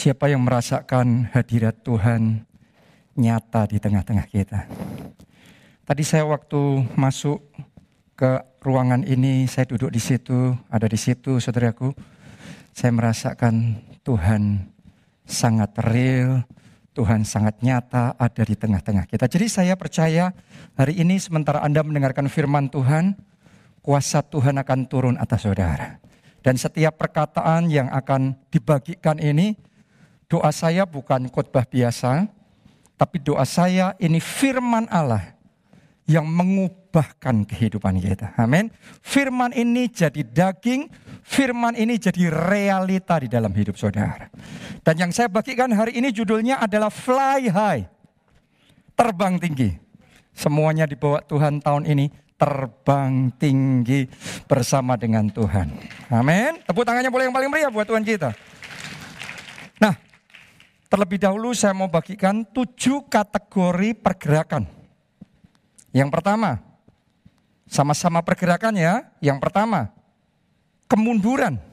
Siapa yang merasakan hadirat Tuhan nyata di tengah-tengah kita? Tadi saya waktu masuk ke ruangan ini, saya duduk di situ, ada di situ saudaraku. Saya merasakan Tuhan sangat real, Tuhan sangat nyata ada di tengah-tengah kita. Jadi saya percaya hari ini sementara Anda mendengarkan firman Tuhan, kuasa Tuhan akan turun atas saudara. Dan setiap perkataan yang akan dibagikan ini, doa saya bukan khotbah biasa, tapi doa saya ini firman Allah yang mengubahkan kehidupan kita. Amin. Firman ini jadi daging, firman ini jadi realita di dalam hidup saudara. Dan yang saya bagikan hari ini judulnya adalah Fly High. Terbang tinggi. Semuanya dibawa Tuhan tahun ini terbang tinggi bersama dengan Tuhan. Amin. Tepuk tangannya boleh yang paling meriah buat Tuhan kita. Nah, terlebih dahulu saya mau bagikan 7 kategori pergerakan. Yang pertama, sama-sama pergerakan ya. Yang pertama, kemunduran.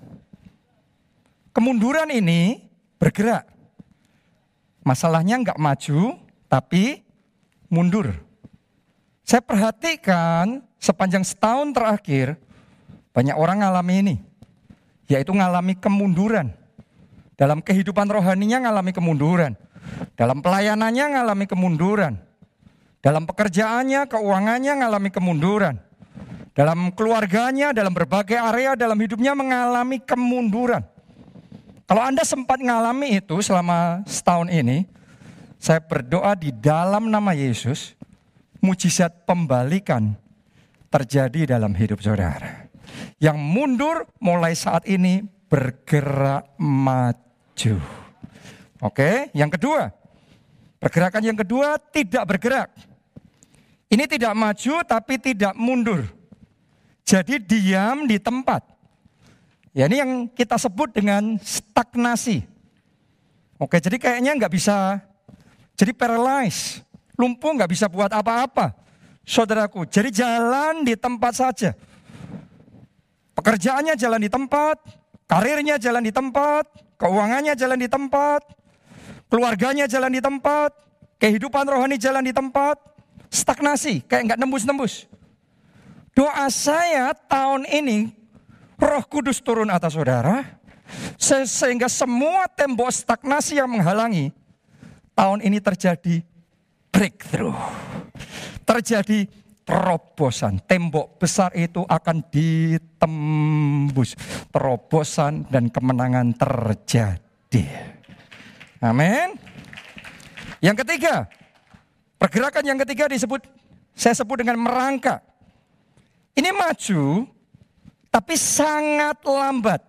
Kemunduran ini bergerak. Masalahnya enggak maju, tapi mundur. Saya perhatikan sepanjang setahun terakhir, banyak orang ngalami ini. Yaitu ngalami kemunduran. Dalam kehidupan rohaninya ngalami kemunduran. Dalam pelayanannya ngalami kemunduran. Dalam pekerjaannya, keuangannya ngalami kemunduran. Dalam keluarganya, dalam berbagai area dalam hidupnya mengalami kemunduran. Kalau Anda sempat ngalami itu selama setahun ini, saya berdoa di dalam nama Yesus, mujizat pembalikan terjadi dalam hidup saudara. Yang mundur mulai saat ini bergerak maju. Oke, yang kedua. Pergerakan yang kedua tidak bergerak. Ini tidak maju tapi tidak mundur. Jadi diam di tempat. Ya ini yang kita sebut dengan stagnasi. Oke, jadi kayaknya nggak bisa, jadi paralyzed. Lumpuh nggak bisa buat apa-apa. Saudaraku, jadi jalan di tempat saja. Pekerjaannya jalan di tempat, karirnya jalan di tempat, keuangannya jalan di tempat, keluarganya jalan di tempat, kehidupan rohani jalan di tempat, stagnasi, kayak nggak nembus-nembus. Doa saya tahun ini, Roh Kudus turun atas saudara, sehingga semua tembok stagnasi yang menghalangi, tahun ini terjadi breakthrough. Terjadi terobosan. Tembok besar itu akan ditembus. Terobosan dan kemenangan terjadi. Amin. Yang ketiga, pergerakan yang ketiga saya sebut dengan merangkak. Ini maju, tapi sangat lambat.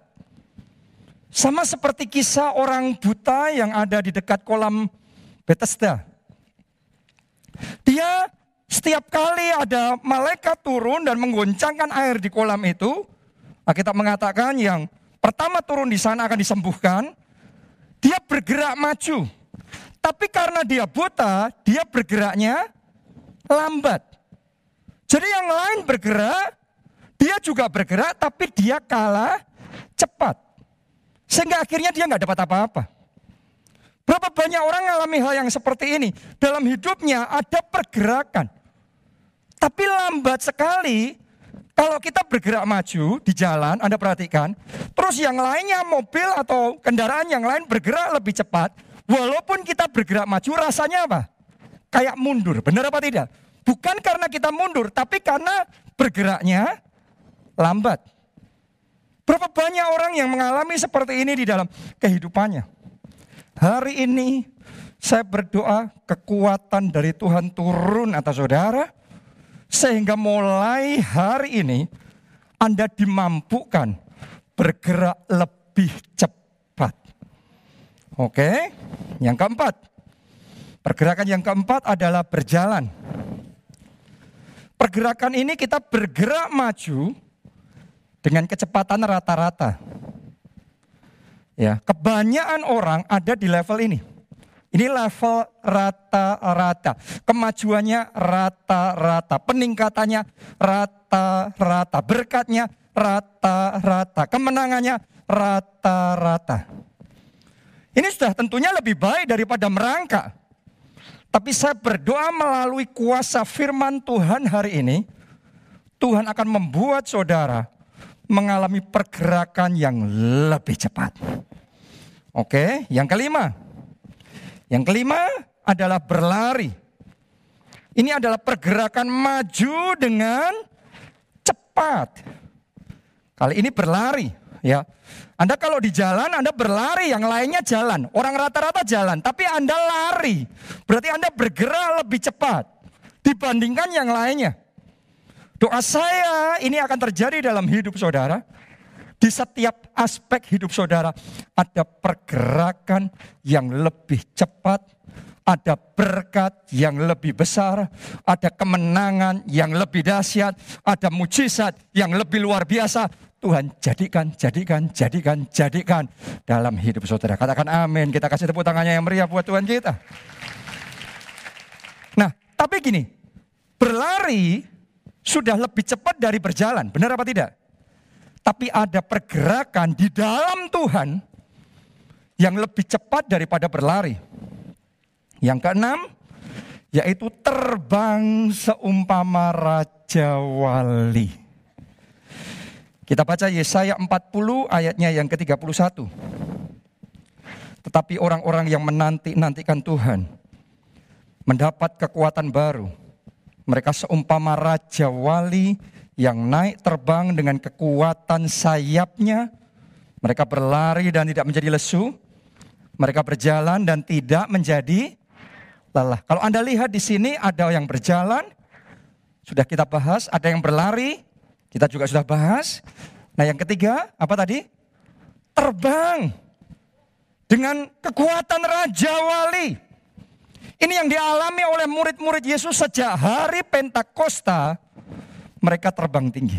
Sama seperti kisah orang buta yang ada di dekat kolam Bethesda. Dia setiap kali ada malaikat turun dan menggoncangkan air di kolam itu, Alkitab mengatakan yang pertama turun di sana akan disembuhkan, dia bergerak maju. Tapi karena dia buta, dia bergeraknya lambat. Jadi yang lain bergerak, dia juga bergerak tapi dia kalah cepat. Sehingga akhirnya dia nggak dapat apa-apa. Berapa banyak orang mengalami hal yang seperti ini. Dalam hidupnya ada pergerakan. Tapi lambat sekali kalau kita bergerak maju di jalan, Anda perhatikan. Terus yang lainnya mobil atau kendaraan yang lain bergerak lebih cepat. Walaupun kita bergerak maju rasanya apa? Kayak mundur, benar apa tidak? Bukan karena kita mundur, tapi karena bergeraknya lambat. Berapa banyak orang yang mengalami seperti ini di dalam kehidupannya. Hari ini saya berdoa kekuatan dari Tuhan turun atas saudara. Sehingga mulai hari ini Anda dimampukan bergerak lebih cepat. Oke, yang keempat. Pergerakan yang keempat adalah berjalan. Pergerakan ini kita bergerak maju dengan kecepatan rata-rata. Ya, kebanyakan orang ada di level ini. Ini level rata-rata. Kemajuannya rata-rata. Peningkatannya rata-rata. Berkatnya rata-rata. Kemenangannya rata-rata. Ini sudah tentunya lebih baik daripada merangkak. Tapi saya berdoa melalui kuasa firman Tuhan hari ini, Tuhan akan membuat saudara mengalami pergerakan yang lebih cepat. Oke, yang kelima. Yang kelima adalah berlari. Ini adalah pergerakan maju dengan cepat. Kali ini berlari, ya. Anda kalau di jalan, Anda berlari, yang lainnya jalan. Orang rata-rata jalan, tapi Anda lari. Berarti Anda bergerak lebih cepat dibandingkan yang lainnya. Doa saya ini akan terjadi dalam hidup saudara. Di setiap aspek hidup saudara ada pergerakan yang lebih cepat, ada berkat yang lebih besar, ada kemenangan yang lebih dahsyat, ada mujizat yang lebih luar biasa. Tuhan jadikan dalam hidup saudara. Katakan amin. Kita kasih tepuk tangannya yang meriah buat Tuhan kita. Nah, tapi gini, berlari sudah lebih cepat dari berjalan. Benar apa tidak? Tapi ada pergerakan di dalam Tuhan yang lebih cepat daripada berlari. Yang keenam, yaitu terbang seumpama Raja Wali. Kita baca Yesaya 40 ayatnya yang ke-31. Tetapi orang-orang yang menanti-nantikan Tuhan mendapat kekuatan baru. Mereka seumpama Raja Wali yang naik terbang dengan kekuatan sayapnya. Mereka berlari dan tidak menjadi lesu. Mereka berjalan dan tidak menjadi lelah. Kalau Anda lihat di sini ada yang berjalan, sudah kita bahas, ada yang berlari, kita juga sudah bahas. Nah yang ketiga, apa tadi? Terbang dengan kekuatan Raja Wali. Ini yang dialami oleh murid-murid Yesus sejak hari Pentakosta. Mereka terbang tinggi.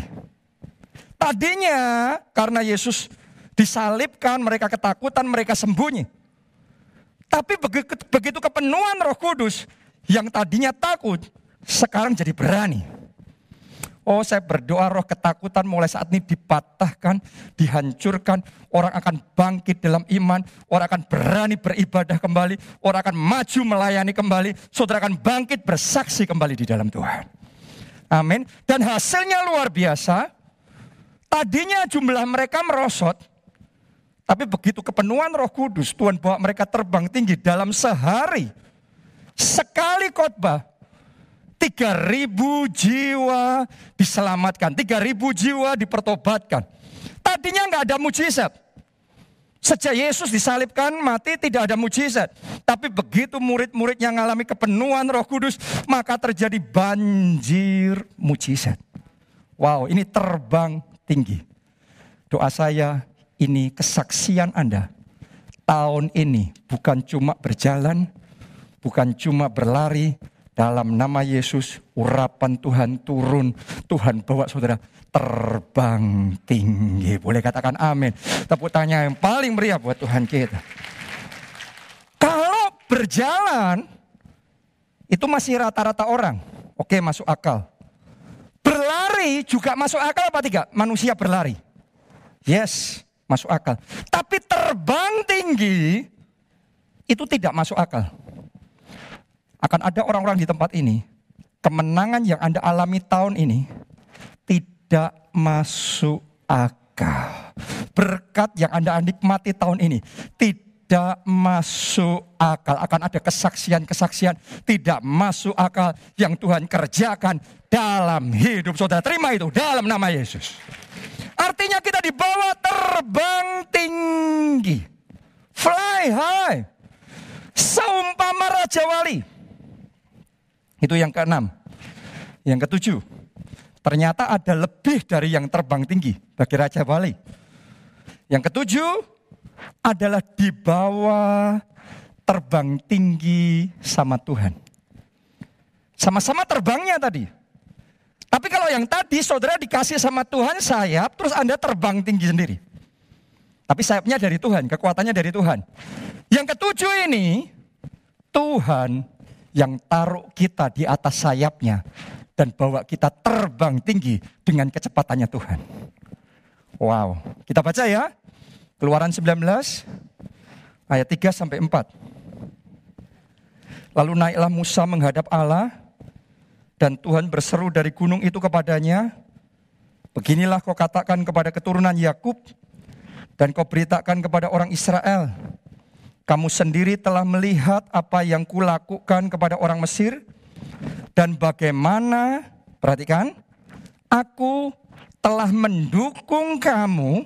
Tadinya karena Yesus disalibkan, mereka ketakutan, mereka sembunyi. Tapi begitu kepenuhan Roh Kudus, yang tadinya takut, sekarang jadi berani. Oh, saya berdoa roh ketakutan mulai saat ini dipatahkan, dihancurkan. Orang akan bangkit dalam iman, orang akan berani beribadah kembali, orang akan maju melayani kembali. Saudara akan bangkit bersaksi kembali di dalam Tuhan. Amin. Dan hasilnya luar biasa. Tadinya jumlah mereka merosot, tapi begitu kepenuhan Roh Kudus, Tuhan bawa mereka terbang tinggi dalam sehari. Sekali khotbah, 3.000 jiwa diselamatkan, 3.000 jiwa dipertobatkan. Tadinya nggak ada mujizat. Sejak Yesus disalibkan, mati, tidak ada mujizat. Tapi begitu murid-muridnya mengalami kepenuhan Roh Kudus, maka terjadi banjir mujizat. Wow, ini terbang tinggi. Doa saya, ini kesaksian Anda. Tahun ini bukan cuma berjalan, bukan cuma berlari. Dalam nama Yesus, urapan Tuhan turun. Tuhan bawa saudara terbang tinggi. Boleh katakan amin. Tepuk tangan yang paling meriah buat Tuhan kita. Kalau berjalan, itu masih rata-rata orang. Oke, masuk akal. Berlari juga masuk akal apa tidak? Manusia berlari. Yes, masuk akal. Tapi terbang tinggi, itu tidak masuk akal. Akan ada orang-orang di tempat ini, kemenangan yang Anda alami tahun ini tidak masuk akal. Berkat yang Anda nikmati tahun ini tidak masuk akal. Akan ada kesaksian-kesaksian tidak masuk akal yang Tuhan kerjakan dalam hidup saudara. Terima itu dalam nama Yesus. Artinya kita dibawa terbang tinggi. Fly high. Seumpama Raja Wali. Itu yang keenam. Yang ketujuh, ternyata ada lebih dari yang terbang tinggi bagi Raja Wali. Yang ketujuh adalah dibawa terbang tinggi sama Tuhan. Sama-sama terbangnya tadi. Tapi kalau yang tadi saudara dikasih sama Tuhan sayap, terus Anda terbang tinggi sendiri. Tapi sayapnya dari Tuhan, kekuatannya dari Tuhan. Yang ketujuh ini, Tuhan yang taruh kita di atas sayapnya dan bawa kita terbang tinggi dengan kecepatannya Tuhan. Wow, kita baca ya. Keluaran 19 Ayat 3 sampai 4. Lalu naiklah Musa menghadap Allah, dan Tuhan berseru dari gunung itu kepadanya, beginilah kau katakan kepada keturunan Yakub, dan kau beritakan kepada orang Israel, kamu sendiri telah melihat apa yang kulakukan kepada orang Mesir, dan bagaimana, perhatikan, aku telah mendukung kamu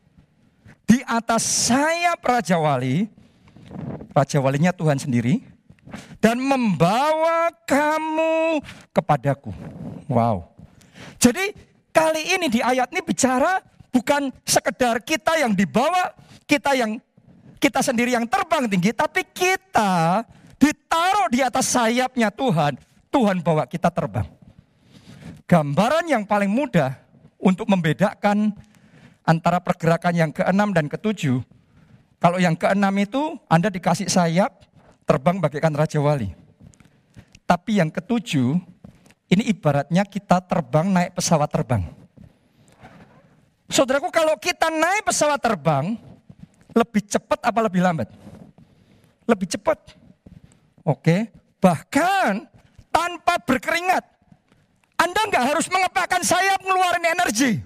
di atas sayap Raja Wali, Raja Walinya Tuhan sendiri, dan membawa kamu kepadaku. Wow. Jadi kali ini di ayat ini bicara bukan sekedar kita yang dibawa, kita sendiri yang terbang tinggi, tapi kita ditaruh di atas sayapnya Tuhan. Tuhan bawa kita terbang. Gambaran yang paling mudah untuk membedakan antara pergerakan yang ke-6 dan ke-7. Kalau yang ke-6 itu Anda dikasih sayap, terbang bagaikan Raja Wali. Tapi yang ke-7, ini ibaratnya kita terbang naik pesawat terbang. Saudaraku, kalau kita naik pesawat terbang, lebih cepat apa lebih lambat? Lebih cepat. Oke, bahkan tanpa berkeringat. Anda nggak harus mengepakkan sayap ngeluarin energi.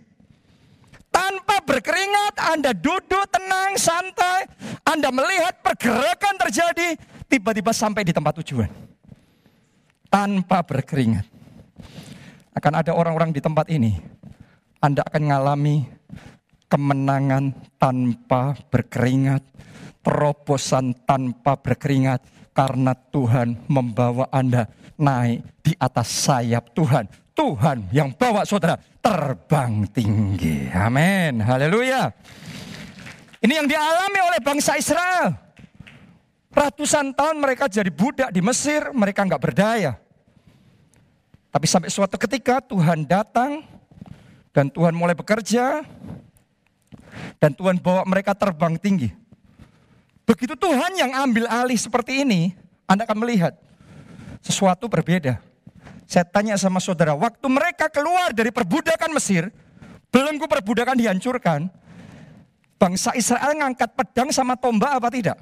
Tanpa berkeringat, Anda duduk tenang, santai. Anda melihat pergerakan terjadi, tiba-tiba sampai di tempat tujuan. Tanpa berkeringat. Akan ada orang-orang di tempat ini. Anda akan mengalami kemenangan tanpa berkeringat, terobosan tanpa berkeringat, karena Tuhan membawa Anda naik di atas sayap Tuhan. Tuhan yang bawa saudara terbang tinggi. Amin. Haleluya. Ini yang dialami oleh bangsa Israel. Ratusan tahun mereka jadi budak di Mesir, mereka nggak berdaya. Tapi sampai suatu ketika Tuhan datang dan Tuhan mulai bekerja. Dan Tuhan bawa mereka terbang tinggi. Begitu Tuhan yang ambil alih seperti ini, Anda akan melihat sesuatu berbeda. Saya tanya sama saudara, waktu mereka keluar dari perbudakan Mesir, belenggu perbudakan dihancurkan, bangsa Israel ngangkat pedang sama tombak apa tidak?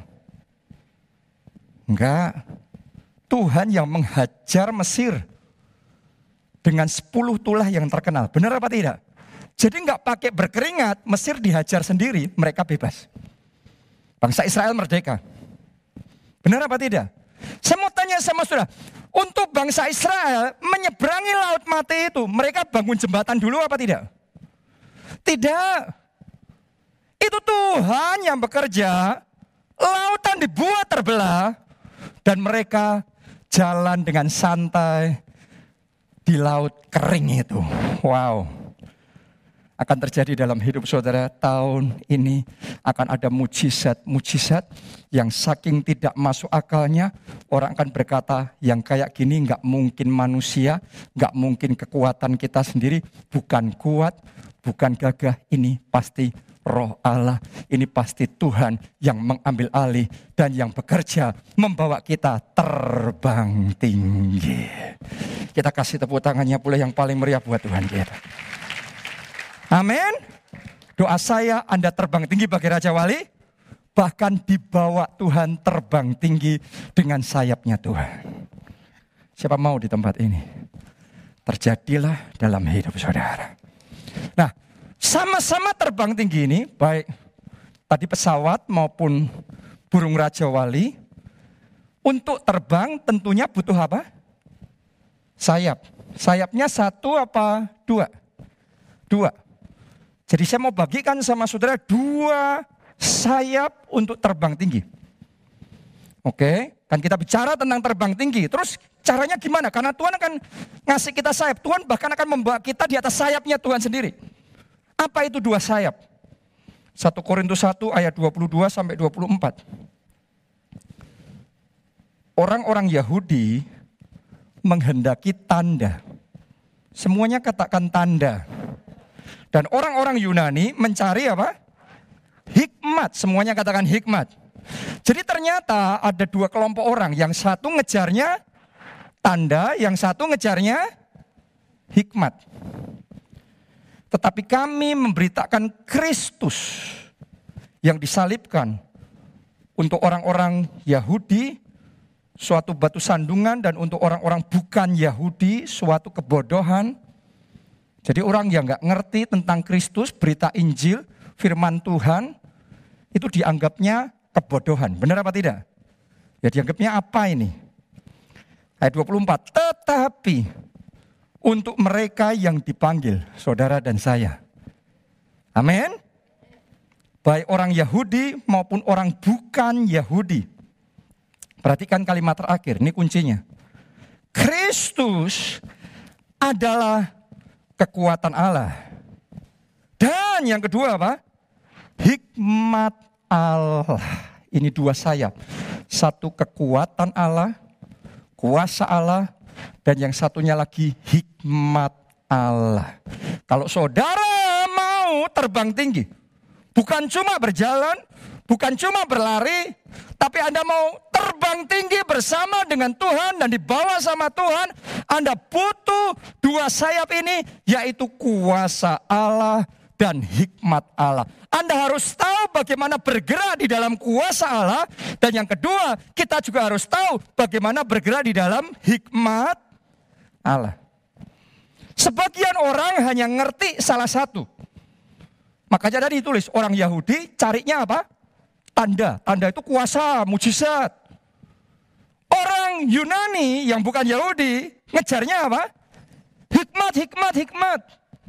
Enggak. Tuhan yang menghajar Mesir dengan 10 tulah yang terkenal. Benar apa tidak? Jadi nggak pakai berkeringat, Mesir dihajar sendiri, mereka bebas. Bangsa Israel merdeka. Benar apa tidak? Saya mau tanya sama saudara, untuk bangsa Israel menyeberangi laut mati itu, mereka bangun jembatan dulu apa tidak? Tidak. Itu Tuhan yang bekerja, lautan dibuat terbelah, dan mereka jalan dengan santai di laut kering itu. Wow. Akan terjadi dalam hidup saudara tahun ini, akan ada mujizat-mujizat yang saking tidak masuk akalnya, orang akan berkata yang kayak gini nggak mungkin manusia, nggak mungkin kekuatan kita sendiri, bukan kuat, bukan gagah, ini pasti Roh Allah, ini pasti Tuhan yang mengambil alih dan yang bekerja membawa kita terbang tinggi. Kita kasih tepuk tangannya pula yang paling meriah buat Tuhan kita. Amin. Doa saya Anda terbang tinggi bagi Raja Wali, bahkan dibawa Tuhan terbang tinggi dengan sayapnya Tuhan. Siapa mau di tempat ini? Terjadilah dalam hidup saudara. Nah, sama-sama terbang tinggi ini, baik tadi pesawat maupun burung Raja Wali, untuk terbang tentunya butuh apa? Sayap. Sayapnya 1 apa 2? 2. Jadi saya mau bagikan sama saudara 2 sayap untuk terbang tinggi. Oke, kan kita bicara tentang terbang tinggi. Terus caranya gimana? Karena Tuhan akan ngasih kita sayap. Tuhan bahkan akan membawa kita di atas sayapnya Tuhan sendiri. Apa itu 2 sayap? 1 Korintus 1 ayat 22 sampai 24. Orang-orang Yahudi menghendaki tanda. Semuanya katakan tanda. Dan orang-orang Yunani mencari apa? Hikmat. Semuanya katakan hikmat. Jadi ternyata ada 2 kelompok orang. Yang satu ngejarnya tanda, yang satu ngejarnya hikmat. Tetapi kami memberitakan Kristus yang disalibkan. untuk orang-orang Yahudi suatu batu sandungan, dan untuk orang-orang bukan Yahudi suatu kebodohan. Jadi orang yang gak ngerti tentang Kristus, berita Injil, firman Tuhan, itu dianggapnya kebodohan. Benar apa tidak? Ya dianggapnya apa ini? Ayat 24, tetapi untuk mereka yang dipanggil, saudara dan saya. Amin. Baik orang Yahudi maupun orang bukan Yahudi. Perhatikan kalimat terakhir, ini kuncinya. Kristus adalah kekuatan Allah. Dan yang kedua apa? Hikmat Allah. Ini dua sayap. Satu kekuatan Allah, kuasa Allah, dan yang satunya lagi hikmat Allah. Kalau saudara mau terbang tinggi, bukan cuma berjalan, bukan cuma berlari, tapi Anda mau terbang tinggi bersama dengan Tuhan dan dibawa sama Tuhan, Anda butuh dua sayap ini, yaitu kuasa Allah dan hikmat Allah. Anda harus tahu bagaimana bergerak di dalam kuasa Allah, dan yang kedua, kita juga harus tahu bagaimana bergerak di dalam hikmat Allah. Sebagian orang hanya ngerti salah satu. Makanya tadi ditulis, orang Yahudi carinya apa? Tanda. Tanda itu kuasa, mujizat. Orang Yunani yang bukan Yahudi ngejarnya apa? Hikmat, hikmat, hikmat.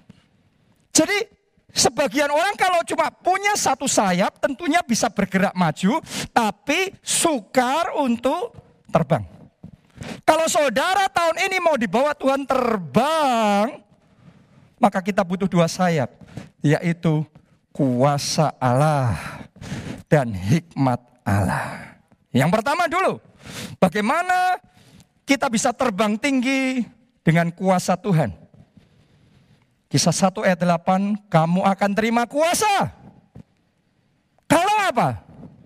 Jadi sebagian orang kalau cuma punya satu sayap tentunya bisa bergerak maju, tapi sukar untuk terbang. Kalau saudara tahun ini mau dibawa Tuhan terbang, maka kita butuh dua sayap, yaitu kuasa Allah dan hikmat Allah. Yang pertama dulu, bagaimana kita bisa terbang tinggi dengan kuasa Tuhan. Kisah 1 ayat 8, kamu akan terima kuasa. Kalau apa?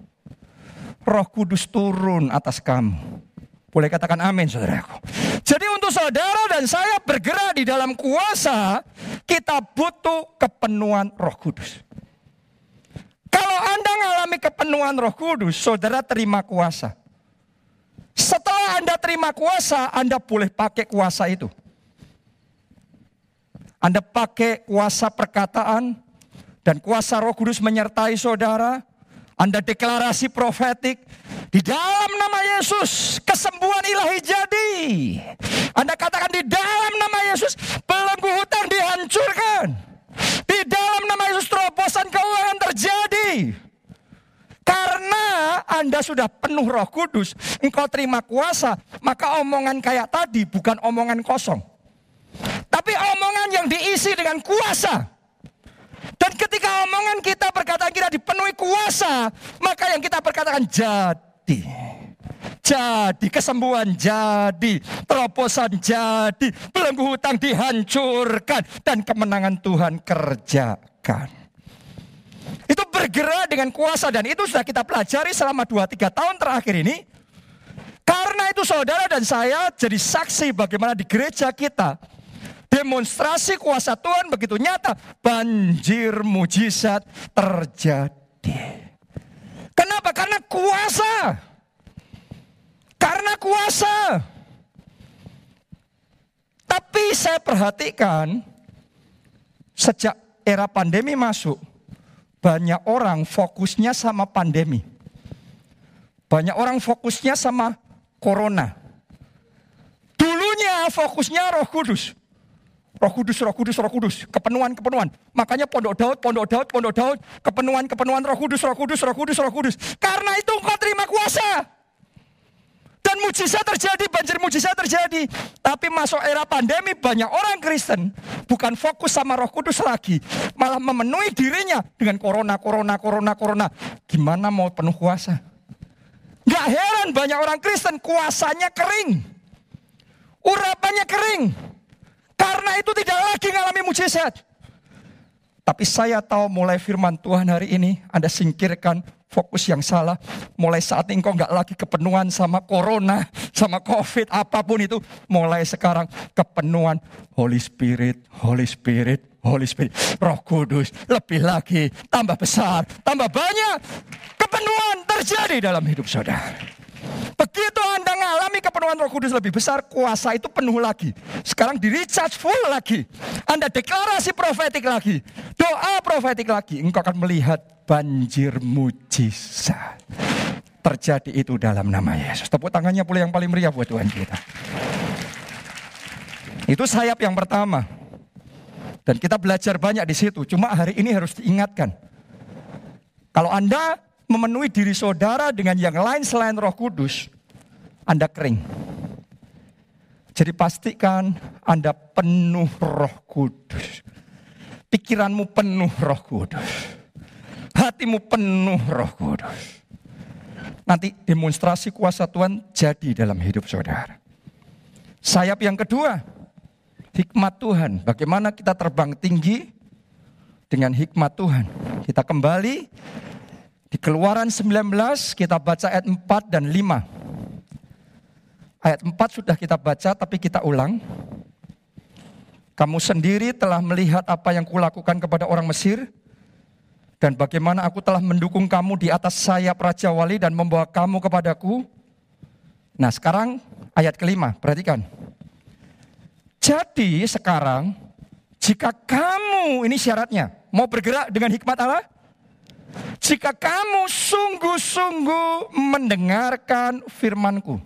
Roh Kudus turun atas kamu. Boleh katakan amin, saudaraku. Jadi untuk saudara dan saya bergerak di dalam kuasa, kita butuh kepenuhan Roh Kudus. Kalau Anda mengalami kepenuhan Roh Kudus, saudara terima kuasa. Setelah Anda terima kuasa, Anda boleh pakai kuasa itu. Anda pakai kuasa perkataan, dan kuasa Roh Kudus menyertai saudara. Anda deklarasi profetik, di dalam nama Yesus kesembuhan ilahi jadi. Anda katakan di dalam nama Yesus belenggu hutang dihancurkan. Di dalam nama Yesus terobosan keuangan terjadi. Karena Anda sudah penuh Roh Kudus, engkau terima kuasa, maka omongan kayak tadi bukan omongan kosong, tapi omongan yang diisi dengan kuasa. Dan ketika omongan kita berkata kita dipenuhi kuasa, maka yang kita berkatakan jadi. Jadi, kesembuhan jadi, terobosan jadi, belenggu hutang dihancurkan, dan kemenangan Tuhan kerjakan. Itu bergerak dengan kuasa, dan itu sudah kita pelajari selama 2-3 tahun terakhir ini. Karena itu saudara dan saya jadi saksi bagaimana di gereja kita demonstrasi kuasa Tuhan begitu nyata. Banjir mujizat terjadi. Kenapa? Karena kuasa. Karena kuasa. Tapi saya perhatikan sejak era pandemi masuk, banyak orang fokusnya sama pandemi. Banyak orang fokusnya sama corona. Dulunya fokusnya Roh Kudus. Roh Kudus, Roh Kudus, Roh Kudus, kepenuhan, kepenuhan. Makanya Pondok Daud, Pondok Daud, Pondok Daud, kepenuhan, kepenuhan Roh Kudus, Roh Kudus, Roh Kudus, Roh Kudus. Karena itu engkau terima kuasa. Dan mujizat terjadi, banjir mujizat terjadi. Tapi masuk era pandemi, banyak orang Kristen bukan fokus sama Roh Kudus lagi, malah memenuhi dirinya dengan corona. Gimana mau penuh kuasa? Gak heran banyak orang Kristen kuasanya kering, urapannya kering. Karena itu tidak lagi mengalami mujizat. Tapi saya tahu mulai firman Tuhan hari ini, Anda singkirkan fokus yang salah. Mulai saat ini engkau gak lagi kepenuhan sama corona, sama covid, apapun itu. Mulai sekarang kepenuhan Holy Spirit, Holy Spirit, Holy Spirit, Roh Kudus, lebih lagi, tambah besar, tambah banyak. Kepenuhan terjadi dalam hidup saudara. Begitu Anda mengalami kepenuhan Roh Kudus lebih besar, kuasa itu penuh lagi. Sekarang di recharge full lagi. Anda deklarasi profetik lagi, doa profetik lagi. Engkau akan melihat banjir mujizat. Terjadi itu dalam nama Yesus. Tepuk tangannya pula yang paling meriah buat Tuhan kita. Itu sayap yang pertama. Dan kita belajar banyak di situ. Cuma hari ini harus diingatkan. Kalau Anda memenuhi diri saudara dengan yang lain selain Roh Kudus, Anda kering. Jadi pastikan Anda penuh Roh Kudus. Pikiranmu penuh Roh Kudus. Hatimu penuh Roh Kudus. Nanti demonstrasi kuasa Tuhan jadi dalam hidup saudara. Sayap yang kedua, hikmat Tuhan. Bagaimana kita terbang tinggi dengan hikmat Tuhan. Kita kembali di Keluaran 19, kita baca ayat 4 dan 5. Ayat 4 sudah kita baca, tapi kita ulang. Kamu sendiri telah melihat apa yang kulakukan kepada orang Mesir, dan bagaimana aku telah mendukung kamu di atas sayap Raja Wali dan membawa kamu kepadaku. Nah sekarang ayat kelima, perhatikan. Jadi sekarang, jika kamu, ini syaratnya, mau bergerak dengan hikmat Allah, jika kamu sungguh-sungguh mendengarkan firman-Ku.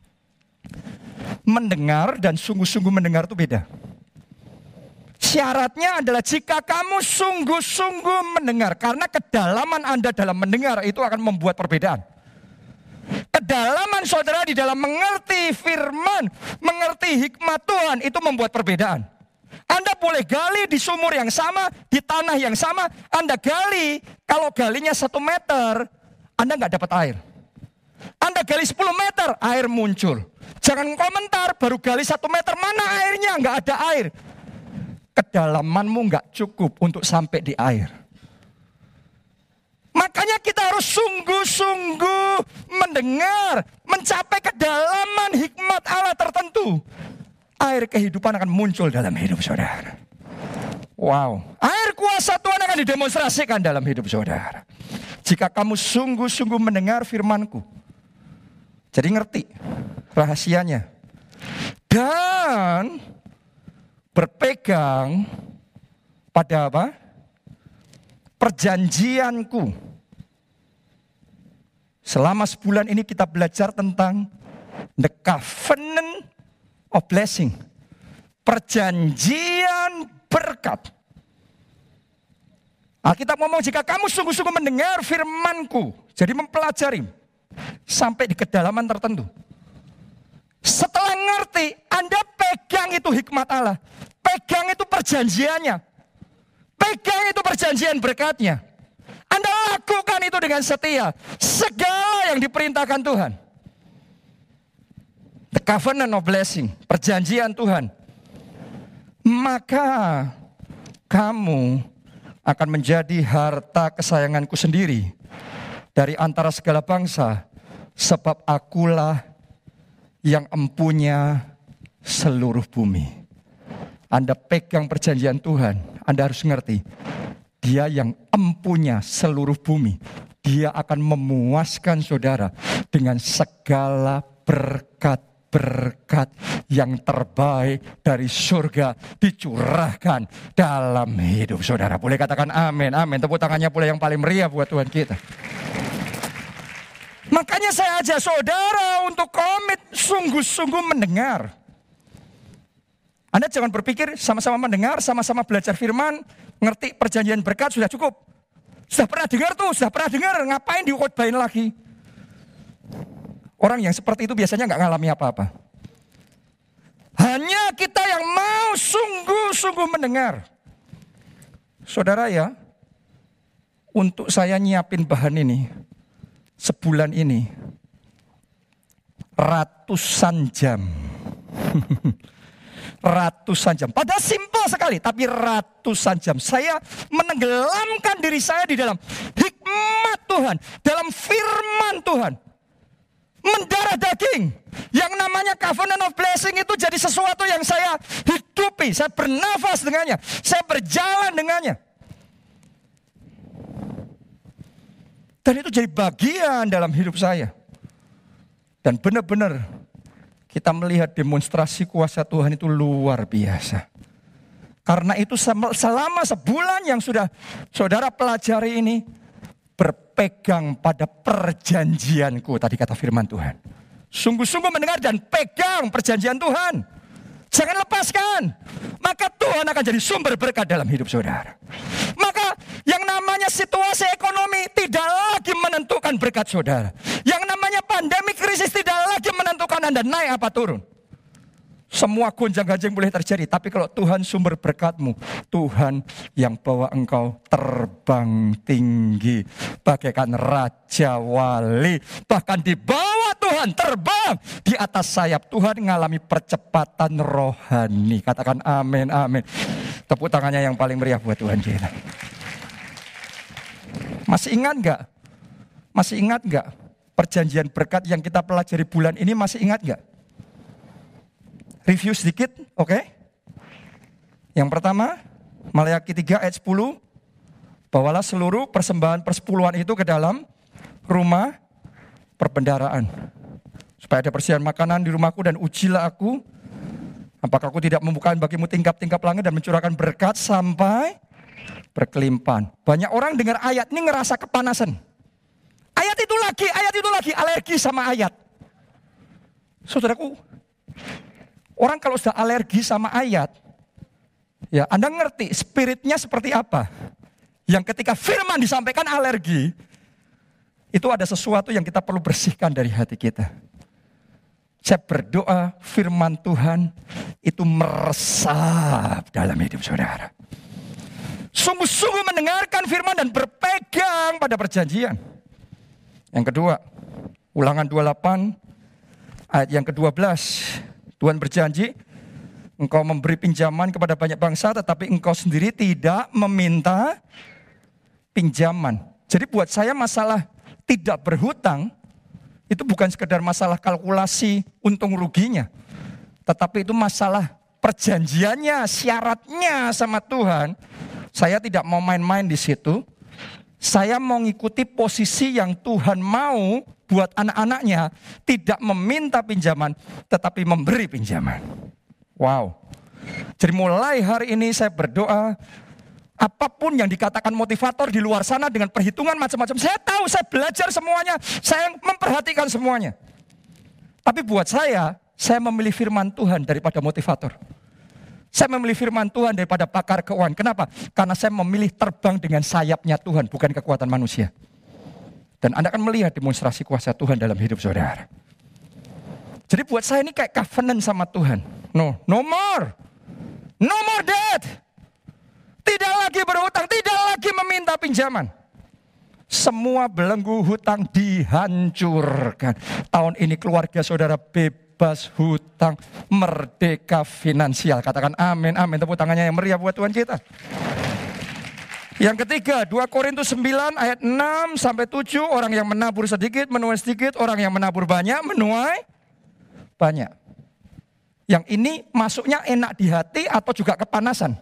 Mendengar dan sungguh-sungguh mendengar itu beda. Syaratnya adalah jika kamu sungguh-sungguh mendengar, karena kedalaman Anda dalam mendengar itu akan membuat perbedaan. Kedalaman saudara di dalam mengerti firman, mengerti hikmat Tuhan itu membuat perbedaan. Anda boleh gali di sumur yang sama, di tanah yang sama. Anda gali, kalau galinya 1 meter, Anda nggak dapat air. Anda gali 10 meter, air muncul. Jangan komentar, baru gali 1 meter, mana airnya? Nggak ada air. Kedalamanmu nggak cukup untuk sampai di air. Makanya kita harus sungguh-sungguh mendengar, mencapai kedalaman hikmat Allah tertentu. Air kehidupan akan muncul dalam hidup saudara. Wow, air kuasa Tuhan akan didemonstrasikan dalam hidup saudara. Jika kamu sungguh-sungguh mendengar firman-Ku. Jadi ngerti rahasianya. Dan berpegang pada apa? Perjanjianku. Selama sebulan ini kita belajar tentang the covenant of blessing. Perjanjian berkat. Alkitab ngomong jika kamu sungguh-sungguh mendengar firman-Ku. Jadi mempelajari sampai di kedalaman tertentu. Setelah ngerti, Anda pegang itu hikmat Allah. Pegang itu perjanjiannya. Pegang itu perjanjian berkatnya. Anda lakukan itu dengan setia. Segala yang diperintahkan Tuhan. The covenant of blessing. Perjanjian Tuhan. Maka kamu akan menjadi harta kesayanganku sendiri. Dari antara segala bangsa. Sebab akulah yang empunya seluruh bumi. Anda pegang perjanjian Tuhan, Anda harus ngerti. Dia yang empunya seluruh bumi. Dia akan memuaskan saudara dengan segala berkat-berkat yang terbaik dari surga dicurahkan dalam hidup saudara. Boleh katakan amin, amin. Tepuk tangannya pula yang paling meriah buat Tuhan kita. Makanya saya ajak saudara untuk komit sungguh-sungguh mendengar. Anda jangan berpikir sama-sama mendengar, sama-sama belajar firman, ngerti perjanjian berkat sudah cukup. Sudah pernah dengar tuh, sudah pernah dengar, ngapain dikhotbahin lagi? Orang yang seperti itu biasanya nggak ngalami apa-apa. Hanya kita yang mau sungguh-sungguh mendengar. Saudara ya, untuk saya nyiapin bahan ini, sebulan ini, ratusan jam. Ratusan jam. Padahal simpel sekali, tapi ratusan jam. Saya menenggelamkan diri saya di dalam hikmat Tuhan, dalam firman Tuhan. mendarah daging. Yang namanya covenant of blessing itu jadi sesuatu yang saya hidupi, saya bernafas dengannya, saya berjalan dengannya. Dan itu jadi bagian dalam hidup saya. Dan benar-benar kita melihat demonstrasi kuasa Tuhan itu luar biasa. Karena itu selama sebulan yang sudah saudara pelajari ini, berpegang pada perjanjianku, tadi kata firman Tuhan. Sungguh-sungguh mendengar dan pegang perjanjian Tuhan. Jangan lepaskan. Maka Tuhan akan jadi sumber berkat dalam hidup saudara. Maka yang namanya situasi ekonomi tidak lagi menentukan berkat saudara. Yang namanya pandemi krisis tidak lagi menentukan Anda naik apa turun. Semua gonjang-ganjing boleh terjadi. Tapi kalau Tuhan sumber berkatmu, Tuhan yang bawa engkau terbang tinggi. Bagaikan Raja Wali. Bahkan di bawah Tuhan terbang. Di atas sayap Tuhan mengalami percepatan rohani. Katakan amin, amin. Tepuk tangannya yang paling meriah buat Tuhan kita. Masih ingat enggak? Masih ingat enggak? Perjanjian berkat yang kita pelajari bulan ini masih ingat enggak? Review sedikit, oke? Yang pertama, Maleakhi 3 ayat 10. Bawalah seluruh persembahan persepuluhan itu ke dalam rumah perbendaharaan. Supaya ada persediaan makanan di rumahku dan ujilah aku. Apakah aku tidak membukakan bagimu tingkap-tingkap langit dan mencurahkan berkat sampai berkelimpahan. Banyak orang dengar ayat ini ngerasa kepanasan. Ayat itu lagi, alergi sama ayat. Saudaraku, orang kalau sudah alergi sama ayat, ya Anda ngerti spiritnya seperti apa. Yang ketika firman disampaikan alergi, itu ada sesuatu yang kita perlu bersihkan dari hati kita. Saya berdoa firman Tuhan itu meresap dalam hidup saudara. Sungguh-sungguh mendengarkan firman dan berpegang pada perjanjian. Yang kedua, Ulangan 28 ayat yang ke-12. Tuhan berjanji, engkau memberi pinjaman kepada banyak bangsa, tetapi engkau sendiri tidak meminta pinjaman. Jadi buat saya masalah tidak berhutang, itu bukan sekedar masalah kalkulasi untung ruginya. Tetapi itu masalah perjanjiannya, syaratnya sama Tuhan. Saya tidak mau main-main di situ. Saya mau ngikuti posisi yang Tuhan mau buat anak-anaknya. Tidak meminta pinjaman, tetapi memberi pinjaman. Wow. Jadi mulai hari ini saya berdoa, apapun yang dikatakan motivator di luar sana dengan perhitungan macam-macam. Saya tahu, saya belajar semuanya, saya memperhatikan semuanya. Tapi buat saya memilih firman Tuhan daripada motivator. Saya memilih firman Tuhan daripada pakar keuangan. Kenapa? Karena saya memilih terbang dengan sayapnya Tuhan, bukan kekuatan manusia. Dan Anda akan melihat demonstrasi kuasa Tuhan dalam hidup saudara. Jadi buat saya ini kayak covenant sama Tuhan. No more that. Tidak lagi berhutang, tidak lagi meminta pinjaman. Semua belenggu hutang dihancurkan. Tahun ini keluarga saudara bebas hutang, merdeka finansial. Katakan amin, amin. Tepuk tangannya yang meriah buat Tuhan kita. Yang ketiga, 2 Korintus 9 ayat 6 sampai 7. Orang yang menabur sedikit, menuai sedikit. Orang yang menabur banyak, menuai banyak. Yang ini masuknya enak di hati atau juga kepanasan?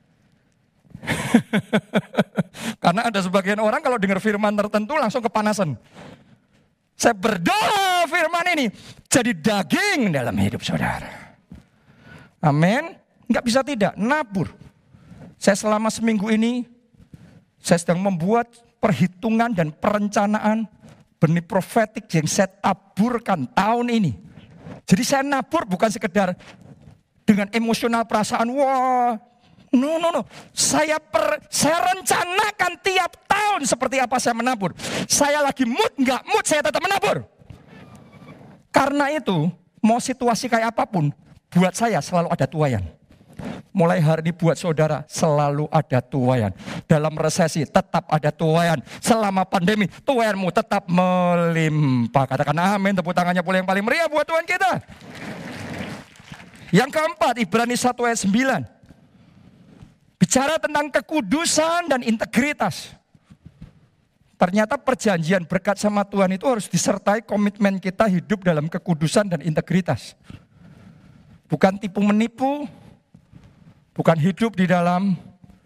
Karena ada sebagian orang kalau dengar firman tertentu langsung kepanasan. Saya berdoa firman ini jadi daging dalam hidup saudara. Amin. Enggak bisa tidak, nabur. Saya selama seminggu ini, saya sedang membuat perhitungan dan perencanaan benih profetik yang saya taburkan tahun ini. Jadi saya nabur bukan sekedar dengan emosional perasaan, wah, no. Saya rencanakan tiap tahun seperti apa saya menabur. Saya lagi mood, enggak mood, saya tetap menabur. Karena itu, mau situasi kayak apapun, buat saya selalu ada tuaian. Mulai hari ini buat saudara selalu ada tuaian. Dalam resesi tetap ada tuaian. Selama pandemi tuaianmu tetap melimpah. Katakan amin, tepuk tangannya pula yang paling meriah buat Tuhan kita. Yang keempat, Ibrani 1 ayat 9. Bicara tentang kekudusan dan integritas. Ternyata perjanjian berkat sama Tuhan itu harus disertai komitmen kita hidup dalam kekudusan dan integritas. Bukan tipu menipu, bukan hidup di dalam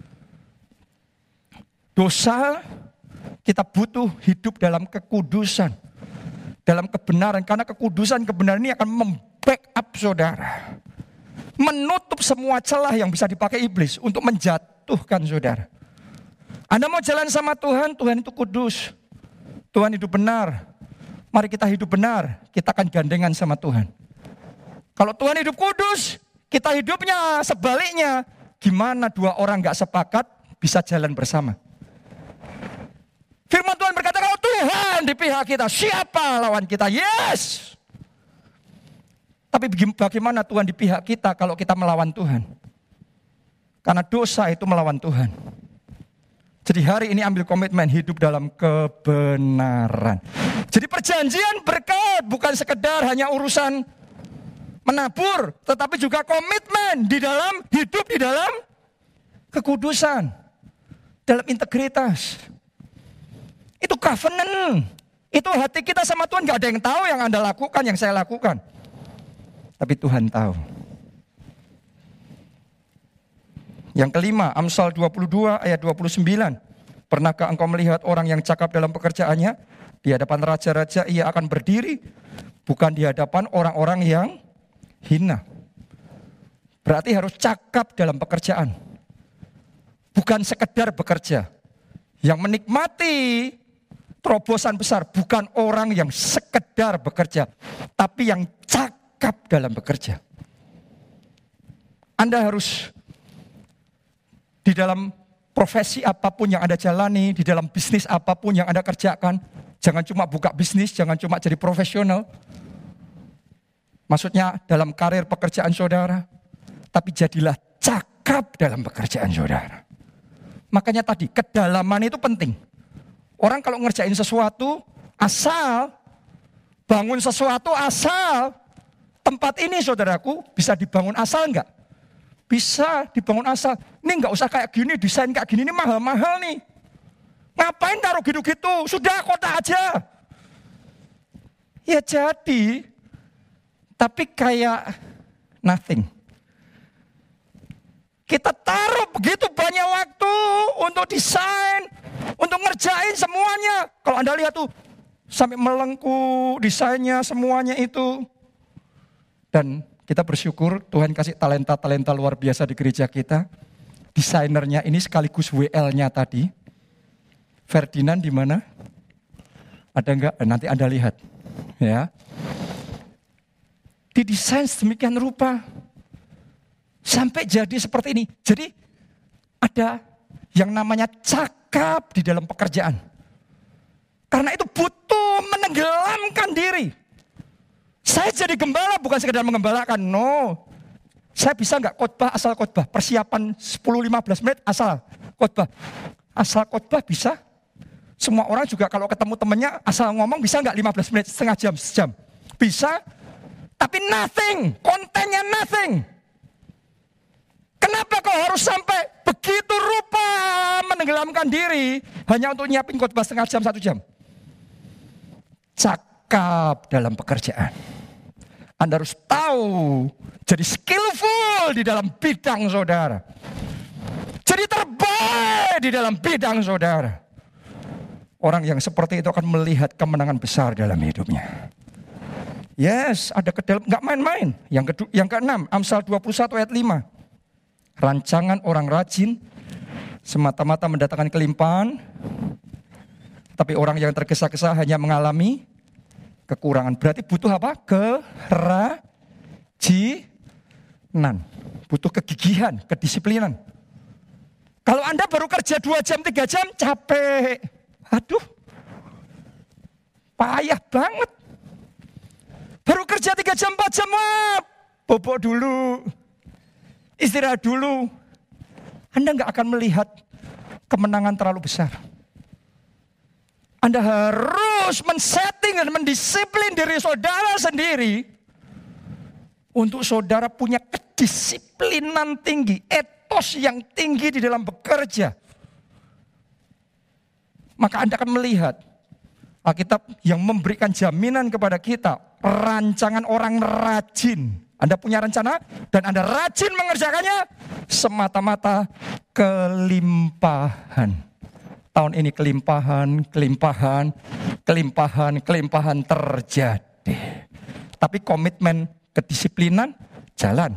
dosa. Kita butuh hidup dalam kekudusan, dalam kebenaran. Karena kekudusan, kebenaran ini akan membackup saudara. Menutup semua celah yang bisa dipakai iblis untuk menjatuhkan saudara. Anda mau jalan sama Tuhan, Tuhan itu kudus. Tuhan hidup benar. Mari kita hidup benar, kita akan gandengan sama Tuhan. Kalau Tuhan hidup kudus, kita hidupnya sebaliknya. Gimana dua orang gak sepakat bisa jalan bersama? Firman Tuhan berkata, kalau Tuhan di pihak kita, siapa lawan kita? Yes! Tapi bagaimana Tuhan di pihak kita kalau kita melawan Tuhan? Karena dosa itu melawan Tuhan. Jadi hari ini ambil komitmen hidup dalam kebenaran. Jadi perjanjian berkat bukan sekedar hanya urusan menabur, tetapi juga komitmen di dalam hidup di dalam kekudusan, dalam integritas. Itu covenant. Itu hati kita sama Tuhan, gak ada yang tahu yang Anda lakukan, yang saya lakukan. Tapi Tuhan tahu. Yang kelima, Amsal 22 ayat 29. Pernahkah engkau melihat orang yang cakap dalam pekerjaannya? Di hadapan raja-raja ia akan berdiri, bukan di hadapan orang-orang yang hina. Berarti harus cakap dalam pekerjaan. Bukan sekedar bekerja. Yang menikmati terobosan besar bukan orang yang sekedar bekerja, tapi yang cakap dalam bekerja. Anda harus di dalam profesi apapun yang Anda jalani, di dalam bisnis apapun yang Anda kerjakan, jangan cuma buka bisnis, jangan cuma jadi profesional. Maksudnya dalam karir pekerjaan saudara, tapi jadilah cakap dalam pekerjaan saudara. Makanya tadi, kedalaman itu penting. Orang kalau ngerjain sesuatu, asal bangun sesuatu, asal tempat ini saudaraku bisa dibangun asal enggak? Bisa dibangun asal. Ini enggak usah kayak gini, desain kayak gini, ini mahal-mahal nih. Ngapain taruh gitu-gitu? Sudah kota aja. Ya jadi, tapi kayak nothing. Kita taruh begitu banyak waktu untuk desain, untuk ngerjain semuanya. Kalau Anda lihat tuh, sampai melengkung desainnya semuanya itu. Dan kita bersyukur Tuhan kasih talenta-talenta luar biasa di gereja kita. Desainernya ini sekaligus WL-nya tadi. Ferdinand di mana? Ada enggak? Nanti Anda lihat. Ya. Didesain sedemikian rupa. Sampai jadi seperti ini. Jadi ada yang namanya cakap di dalam pekerjaan. Karena itu butuh menenggelamkan diri. Saya jadi gembala bukan sekedar menggembalakan. No. Saya bisa enggak khotbah asal khotbah. Persiapan 10-15 menit asal khotbah. Asal khotbah bisa. Semua orang juga kalau ketemu temannya asal ngomong bisa enggak 15 menit, setengah jam, sejam. Bisa. Tapi nothing. Kontennya nothing. Kenapa kau harus sampai begitu rupa menenggelamkan diri hanya untuk nyiapin khotbah setengah jam, 1 jam? Cakap dalam pekerjaan. Anda harus tahu, jadi skillful di dalam bidang saudara. Jadi terbaik di dalam bidang saudara. Orang yang seperti itu akan melihat kemenangan besar dalam hidupnya. Yes, ada kedalam, nggak main-main. Yang keenam, Amsal 21 ayat 5. Rancangan orang rajin semata-mata mendatangkan kelimpahan, tapi orang yang tergesa-gesa hanya mengalami kekurangan. Berarti butuh apa? Kerajinan. Butuh kegigihan, kedisiplinan. Kalau Anda baru kerja 2 jam, 3 jam, capek. Aduh, payah banget. Baru kerja 3 jam, 4 jam, bobok dulu. Istirahat dulu. Anda nggak akan melihat kemenangan terlalu besar. Anda harus men-setting dan mendisiplin diri saudara sendiri. Untuk saudara punya kedisiplinan tinggi. Etos yang tinggi di dalam bekerja. maka Anda akan melihat Alkitab yang memberikan jaminan kepada kita, rancangan orang rajin. Anda punya rencana dan Anda rajin mengerjakannya, semata-mata kelimpahan. Tahun ini kelimpahan terjadi. Tapi komitmen kedisiplinan jalan.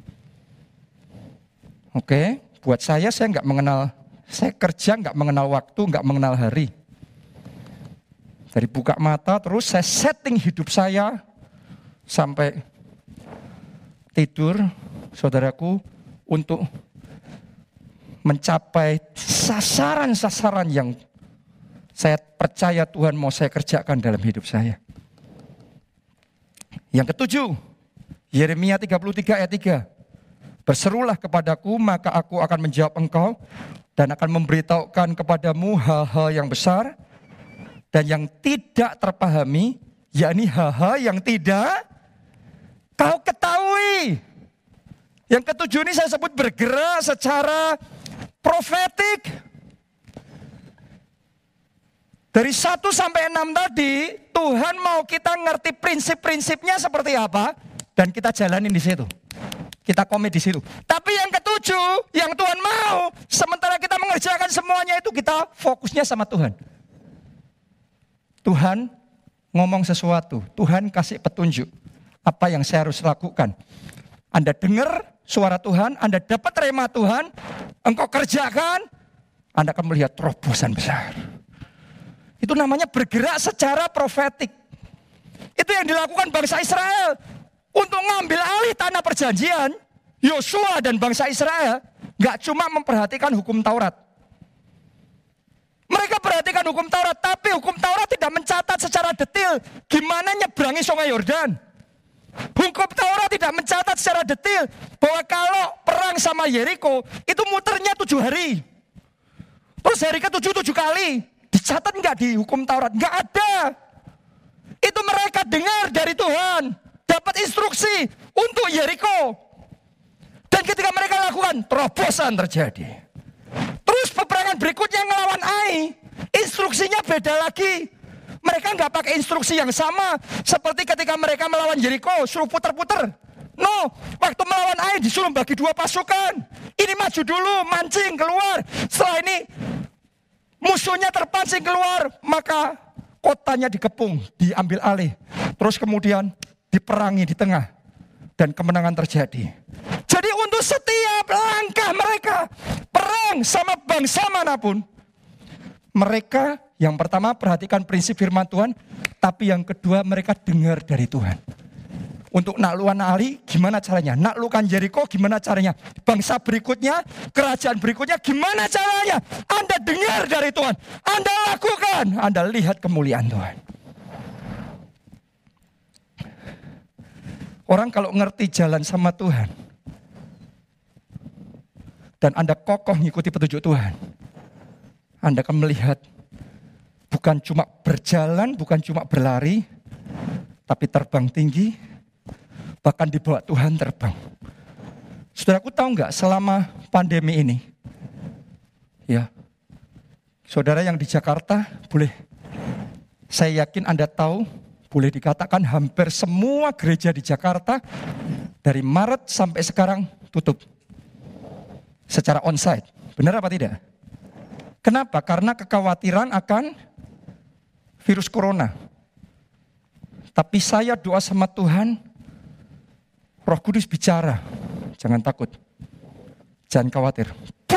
Oke, buat saya nggak mengenal, saya kerja nggak mengenal waktu, nggak mengenal hari. Dari buka mata terus saya setting hidup saya sampai tidur, saudaraku, untuk mencapai sasaran-sasaran yang saya percaya Tuhan mau saya kerjakan dalam hidup saya. Yang ketujuh, Yeremia 33 ayat 3. Berserulah kepadaku, maka aku akan menjawab engkau dan akan memberitahukan kepadamu hal-hal yang besar dan yang tidak terpahami, yakni hal-hal yang tidak kau ketahui. Yang ketujuh ini saya sebut bergerak secara profetik. Dari 1 sampai 6 tadi, Tuhan mau kita ngerti prinsip-prinsipnya seperti apa, dan kita jalanin di situ. Kita komit di situ. Tapi yang ketujuh, yang Tuhan mau, sementara kita mengerjakan semuanya itu, kita fokusnya sama Tuhan. Tuhan ngomong sesuatu, Tuhan kasih petunjuk. Apa yang saya harus lakukan? Anda dengar suara Tuhan, Anda dapat rema Tuhan, engkau kerjakan, Anda akan melihat terobosan besar. Itu namanya bergerak secara profetik. Itu yang dilakukan bangsa Israel. Untuk ngambil alih tanah perjanjian, Yosua dan bangsa Israel gak cuma memperhatikan hukum Taurat. Mereka perhatikan hukum Taurat, tapi hukum Taurat tidak mencatat secara detail gimana nyebrangi sungai Yordan. Hukum Taurat tidak mencatat secara detail bahwa kalau perang sama Yeriko itu muternya 7 hari. Terus hari ke-7 7 kali. Dicatat enggak di hukum Taurat? Enggak ada. Itu mereka dengar dari Tuhan, dapat instruksi untuk Yeriko. Dan ketika mereka lakukan, terobosan terjadi. Terus peperangan berikutnya ngelawan Ai, instruksinya beda lagi. Mereka nggak pakai instruksi yang sama seperti ketika mereka melawan Yeriko, suruh puter-puter. No, waktu melawan Ai disuruh bagi 2 pasukan. Ini maju dulu, mancing keluar. Setelah ini musuhnya terpancing keluar, maka kotanya dikepung, diambil alih. Terus kemudian diperangi di tengah dan kemenangan terjadi. Jadi untuk setiap langkah mereka perang sama bangsa manapun, mereka yang pertama perhatikan prinsip firman Tuhan, tapi yang kedua mereka dengar dari Tuhan. Untuk naklukan Ai gimana caranya? Naklukan Yeriko gimana caranya? Bangsa berikutnya, kerajaan berikutnya gimana caranya? Anda dengar dari Tuhan, Anda lakukan, Anda lihat kemuliaan Tuhan. Orang kalau ngerti jalan sama Tuhan, dan Anda kokoh ngikuti petunjuk Tuhan, Anda akan melihat bukan cuma berjalan, bukan cuma berlari, tapi terbang tinggi, bahkan dibawa Tuhan terbang. Saudaraku tahu nggak selama pandemi ini, ya, saudara yang di Jakarta boleh, saya yakin Anda tahu, boleh dikatakan hampir semua gereja di Jakarta dari Maret sampai sekarang tutup secara onsite. Benar apa tidak? Kenapa? Karena kekhawatiran akan virus corona. Tapi saya doa sama Tuhan, Roh Kudus bicara, jangan takut, jangan khawatir.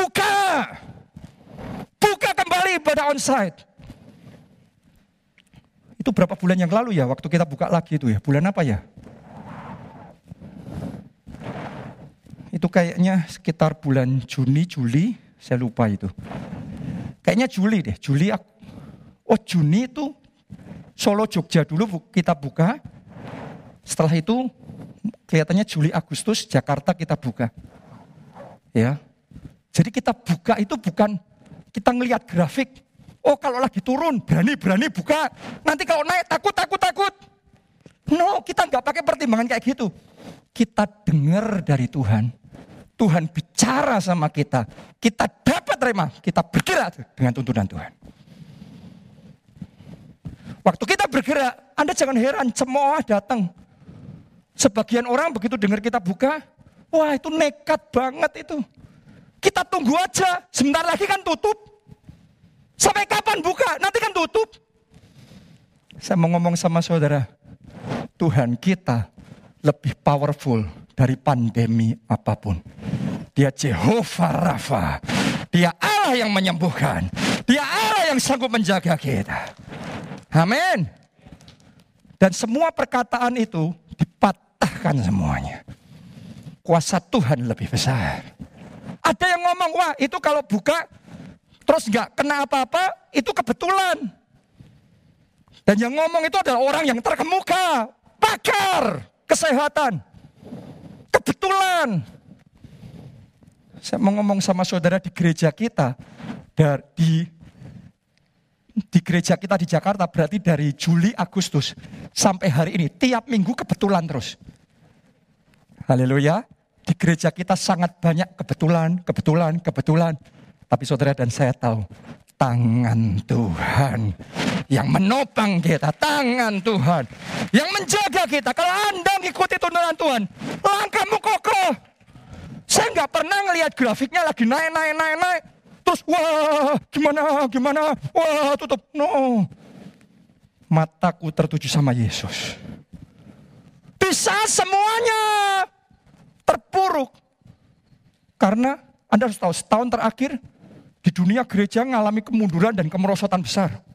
Buka kembali ibadah onsite. Itu berapa bulan yang lalu ya, waktu kita buka lagi itu ya, bulan apa ya? Itu kayaknya sekitar bulan Juni, Juli, saya lupa itu. Kayaknya Juli deh, Juni itu Solo Jogja dulu kita buka. Setelah itu kelihatannya Juli Agustus Jakarta kita buka. Ya. Jadi kita buka itu bukan kita ngelihat grafik. Oh kalau lagi turun berani buka. Nanti kalau naik takut. No, kita nggak pakai pertimbangan kayak gitu. Kita dengar dari Tuhan. Tuhan bicara sama kita. Kita dapat rema, kita bergerak dengan tuntunan Tuhan. Waktu kita bergerak, Anda jangan heran, cemooh datang. Sebagian orang begitu dengar kita buka, wah itu nekat banget itu. Kita tunggu aja, sebentar lagi kan tutup. Sampai kapan buka? Nanti kan tutup. Saya mau ngomong sama saudara, Tuhan kita lebih powerful dari pandemi apapun. Dia Jehovah Rafa. Dia Allah yang menyembuhkan. Dia Allah yang sanggup menjaga kita. Amin. Dan semua perkataan itu dipatahkan semuanya. Kuasa Tuhan lebih besar. Ada yang ngomong, wah itu kalau buka terus nggak kena apa-apa, itu kebetulan. Dan yang ngomong itu adalah orang yang terkemuka, pakar kesehatan. Kebetulan. Saya mau ngomong sama saudara di gereja kita, di gereja kita di Jakarta berarti dari Juli Agustus sampai hari ini tiap minggu kebetulan terus. Haleluya. Di gereja kita sangat banyak kebetulan. Tapi saudara dan saya tahu tangan Tuhan yang menopang kita, tangan Tuhan yang menjaga kita. Kalau Anda mengikuti tuntunan Tuhan, langkahmu kokoh. Saya nggak pernah ngelihat grafiknya lagi naik. Terus wah gimana, wah tutup. No. Mataku tertuju sama Yesus. Bisa semuanya terpuruk. Karena Anda harus tahu setahun terakhir di dunia gereja mengalami kemunduran dan kemerosotan besar.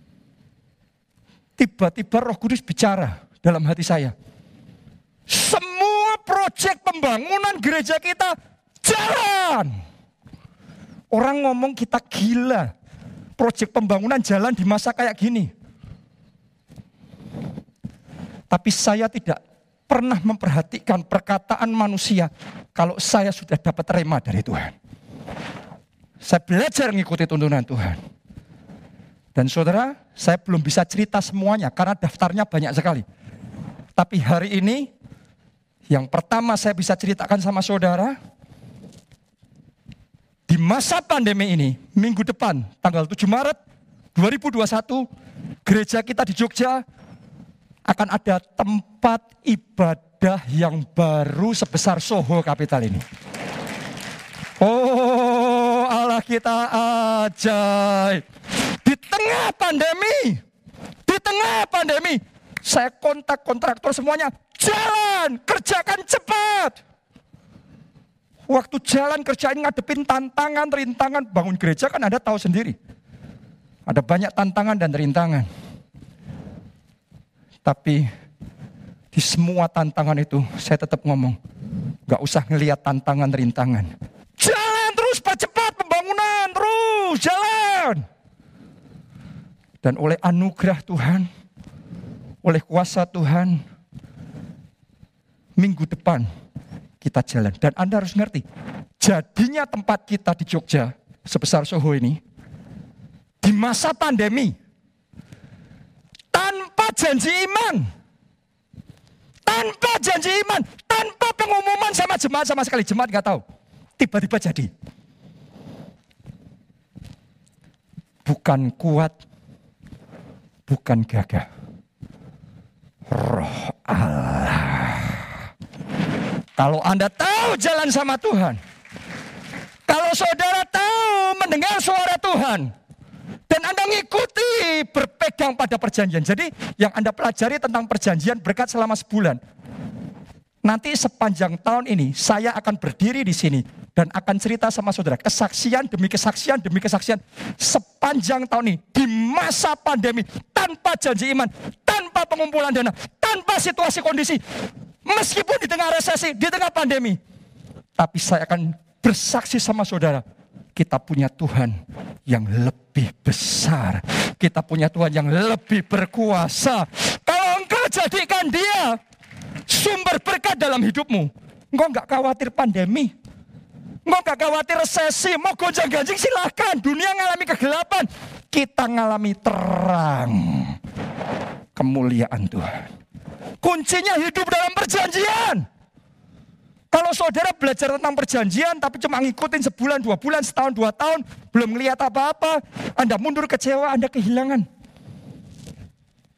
Tiba-tiba Roh Kudus bicara dalam hati saya. Semua proyek pembangunan gereja kita jalan. Orang ngomong kita gila. Proyek pembangunan jalan di masa kayak gini. Tapi saya tidak pernah memperhatikan perkataan manusia kalau saya sudah dapat rema dari Tuhan. Saya belajar mengikuti tuntunan Tuhan. Dan saudara, saya belum bisa cerita semuanya karena daftarnya banyak sekali. Tapi hari ini, yang pertama saya bisa ceritakan sama saudara, di masa pandemi ini, minggu depan, tanggal 7 Maret 2021, gereja kita di Jogja akan ada tempat ibadah yang baru sebesar Soho Capital ini. Oh, Allah kita ajaib. Di tengah pandemi, saya kontak kontraktor semuanya, jalan, kerjakan cepat. Waktu jalan kerjain ngadepin tantangan, rintangan, bangun gereja kan Anda tahu sendiri. Ada banyak tantangan dan rintangan. Tapi di semua tantangan itu saya tetap ngomong, gak usah ngelihat tantangan, rintangan. Jalan terus, percepat pembangunan, terus jalan. Dan oleh anugerah Tuhan, oleh kuasa Tuhan, minggu depan kita jalan. Dan Anda harus ngerti, jadinya tempat kita di Jogja sebesar Soho ini, di masa pandemi, tanpa janji iman, tanpa pengumuman sama jemaat sama sekali, jemaat nggak tahu, tiba-tiba jadi. Bukan kuat, bukan gagah, Roh Allah. Kalau Anda tahu jalan sama Tuhan, kalau saudara tahu mendengar suara Tuhan, dan Anda ngikuti berpegang pada perjanjian. Jadi yang Anda pelajari tentang perjanjian berkat selama sebulan. Nanti sepanjang tahun ini saya akan berdiri di sini dan akan cerita sama saudara kesaksian demi kesaksian demi kesaksian sepanjang tahun ini di masa pandemi, tanpa janji iman, tanpa pengumpulan dana, tanpa situasi kondisi, meskipun di tengah resesi, di tengah pandemi. Tapi saya akan bersaksi sama saudara, kita punya Tuhan yang lebih besar. Kita punya Tuhan yang lebih berkuasa. Kalau engkau jadikan Dia sumber berkat dalam hidupmu, engkau gak khawatir pandemi, engkau gak khawatir resesi, mau gonjang-ganjing silahkan. Dunia ngalami kegelapan, kita ngalami terang. Kemuliaan Tuhan. Kuncinya hidup dalam perjanjian. Kalau saudara belajar tentang perjanjian tapi cuma ngikutin sebulan, 2 bulan, setahun, 2 tahun, belum melihat apa-apa, Anda mundur, kecewa, Anda kehilangan.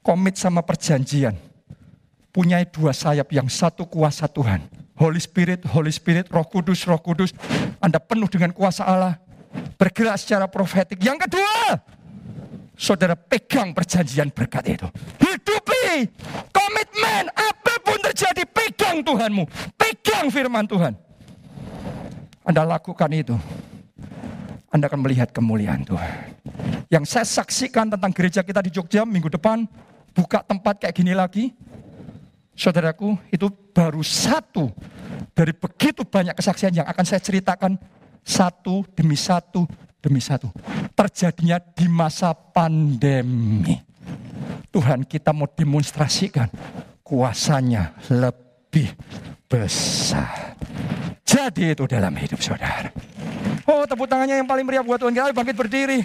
komit sama perjanjian. Punya dua sayap, yang satu kuasa Tuhan. Holy Spirit, Roh Kudus. Anda penuh dengan kuasa Allah. Bergerak secara profetik. Yang kedua, saudara pegang perjanjian berkat itu. Hidupi komitmen, apapun terjadi, pegang Tuhanmu. Pegang firman Tuhan. Anda lakukan itu, Anda akan melihat kemuliaan Tuhan. Yang saya saksikan tentang gereja kita di Jogja minggu depan, buka tempat kayak gini lagi. Saudaraku, itu baru satu dari begitu banyak kesaksian yang akan saya ceritakan, satu demi satu. Terjadinya di masa pandemi. Tuhan kita mau demonstrasikan kuasanya lebih besar. Jadi itu dalam hidup saudara. Oh, tepuk tangannya yang paling meriah buat Tuhan. Kita bangkit berdiri.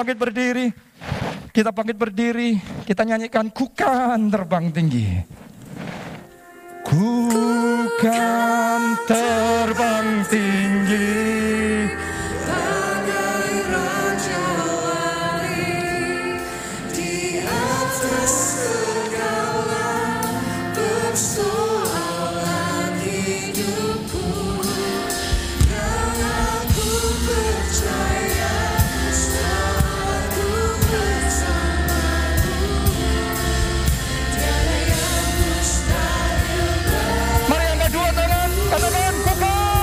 Kita bangkit berdiri. Kita nyanyikan Ku kan terbang tinggi. Ku kan terbang tinggi. Bagai raja wali di atas segala persoalan hidupku. Yang aku percaya selalu bersamaku. Tiada yang mustahil. Mari angkat dua tangan, katakan ku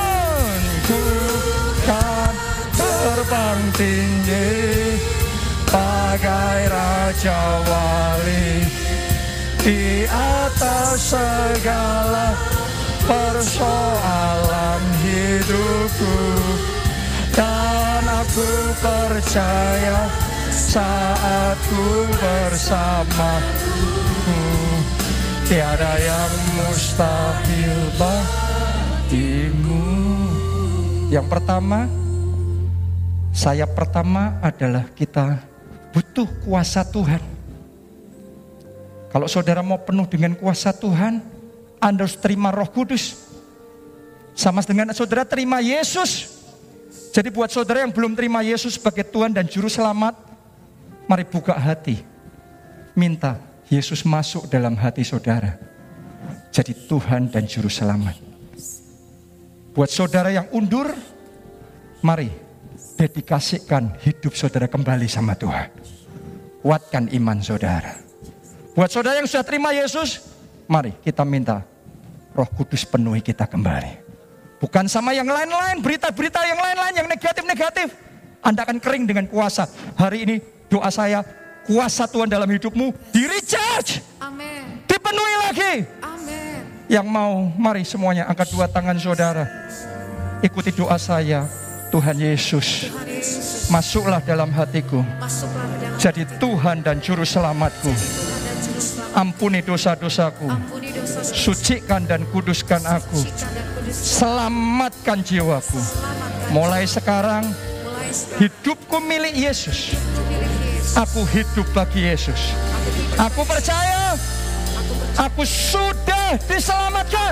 kan terbang tinggi bagai raja wali di atas segala persoalan hidupku. Dan aku percaya saat ku bersamamu, tiada yang mustahil bagimu. Yang pertama, sayap pertama adalah kita butuh kuasa Tuhan. Kalau saudara mau penuh dengan kuasa Tuhan, Anda harus terima Roh Kudus. Sama dengan saudara terima Yesus. Jadi buat saudara yang belum terima Yesus sebagai Tuhan dan Juru Selamat, mari buka hati. Minta Yesus masuk dalam hati saudara. Jadi Tuhan dan Juru Selamat. Buat saudara yang undur, mari dedikasikan hidup saudara kembali sama Tuhan. Kuatkan iman saudara. Buat saudara yang sudah terima Yesus, mari kita minta Roh Kudus penuhi kita kembali. Bukan sama yang lain-lain, berita-berita yang lain-lain, yang negatif-negatif. Anda akan kering dengan kuasa. Hari ini doa saya, kuasa Tuhan dalam hidupmu di-recharge. Amin. Dipenuhi lagi. Amin. Yang mau, mari semuanya angkat dua tangan saudara. Ikuti doa saya. Tuhan Yesus, Tuhan Yesus, masuklah dalam hatiku. masuklah ke dalam Jadi hatiku. Tuhan dan Juru Selamatku. Tuhan dan Juru Selamat. Ampuni dosa-dosaku. Ampuni dosa-dosa. Sucikan dan kuduskan aku. Sucikan dan kuduskan. Selamatkan jiwaku. Selamatkan. Mulai sekarang, Mulai sekarang hidupku milik Yesus. hidupku milik Yesus. Aku hidup bagi Yesus. Aku percaya, aku sudah diselamatkan.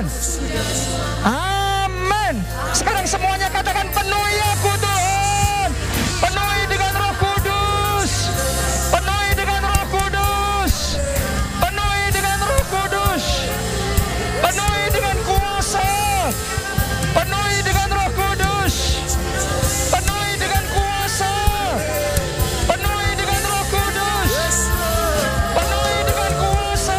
Amin. Sekarang semuanya katakan, penuhi aku Tuhan. Penuhi dengan Roh Kudus. Penuhi dengan Roh Kudus. Penuhi dengan Roh Kudus. Penuhi dengan kuasa. Penuhi dengan Roh Kudus. Penuhi dengan kuasa. Penuhi dengan Roh Kudus. Penuhi dengan kuasa.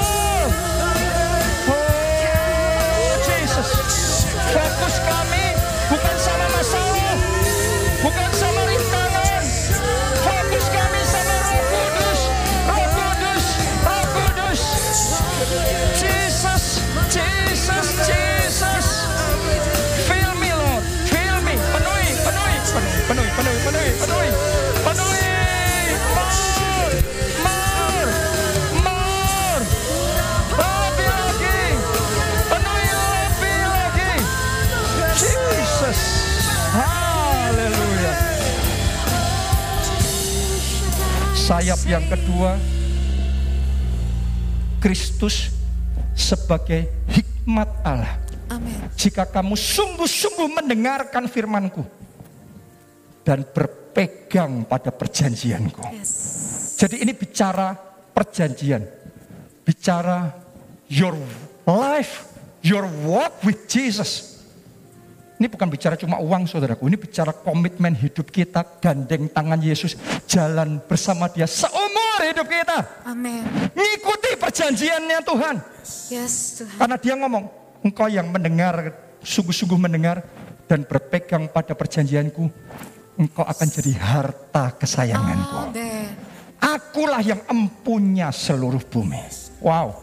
Oh Jesus. Fokus kami bukan sama masalah, bukan sama rintangan. Fokus kami sama Roh Kudus. Roh Kudus. Roh Kudus. Jesus. Jesus. Jesus. Fill me Lord. Fill me. Penuhi. Penuhi. Penuhi. Penuhi. Penuhi. Penuhi. Penuhi. Penuhi. More. More. Lebih lagi. Penuhi lebih lagi. Jesus. Haleluya. Sayap yang kedua, Kristus sebagai hikmat Allah. Amin. Jika kamu sungguh-sungguh mendengarkan firman-Ku dan berpegang pada perjanjianku. Yes. Jadi ini bicara perjanjian. bicara your life, your walk with Jesus. Ini bukan bicara cuma uang saudaraku, ini bicara komitmen hidup kita, gandeng tangan Yesus, jalan bersama Dia seumur hidup kita. Amin. Ngikuti perjanjiannya Tuhan. Yes, Tuhan. Karena Dia ngomong, engkau yang mendengar, sungguh-sungguh mendengar dan berpegang pada perjanjianku, engkau akan jadi harta kesayanganku. Amin. Akulah yang empunya seluruh bumi. Wow.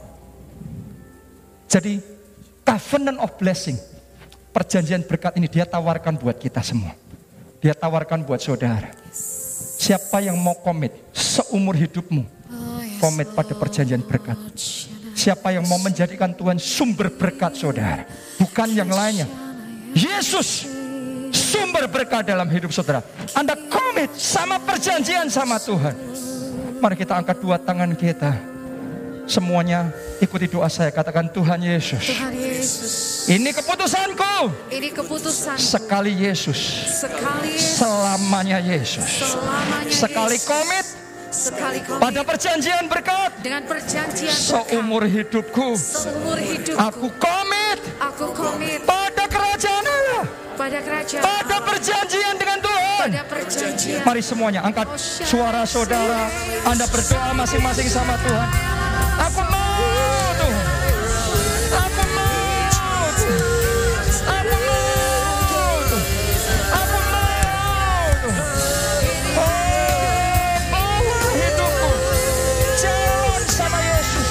Jadi covenant of blessing, perjanjian berkat ini Dia tawarkan buat kita semua. Dia tawarkan buat saudara. Siapa yang mau komit seumur hidupmu, komit pada perjanjian berkat. Siapa yang mau menjadikan Tuhan sumber berkat saudara, bukan yang lainnya. Yesus sumber berkat dalam hidup saudara. Anda komit sama perjanjian sama Tuhan. Mari kita angkat dua tangan kita. Semuanya ikuti doa saya, katakan Tuhan Yesus. Tuhan Yesus. Ini keputusanku. Ini keputusan. Sekali Yesus. Sekali Yesus. Selamanya Yesus. Selamanya Sekali Yesus. komit Sekali komit. pada perjanjian berkat. Dengan perjanjian Seumur hidupku. seumur hidup. Aku komit Aku komit pada kerajaan Allah. pada kerajaan. Pada perjanjian dengan Tuhan. Pada perjanjian. Mari semuanya angkat suara saudara. Anda berdoa masing-masing sama Tuhan. Aku mau Tuhan. Aku mau Tuhan. Aku mau Tuhan. Aku mau Tuhan. Oh, bawa hidupku. Jalan sama Yesus.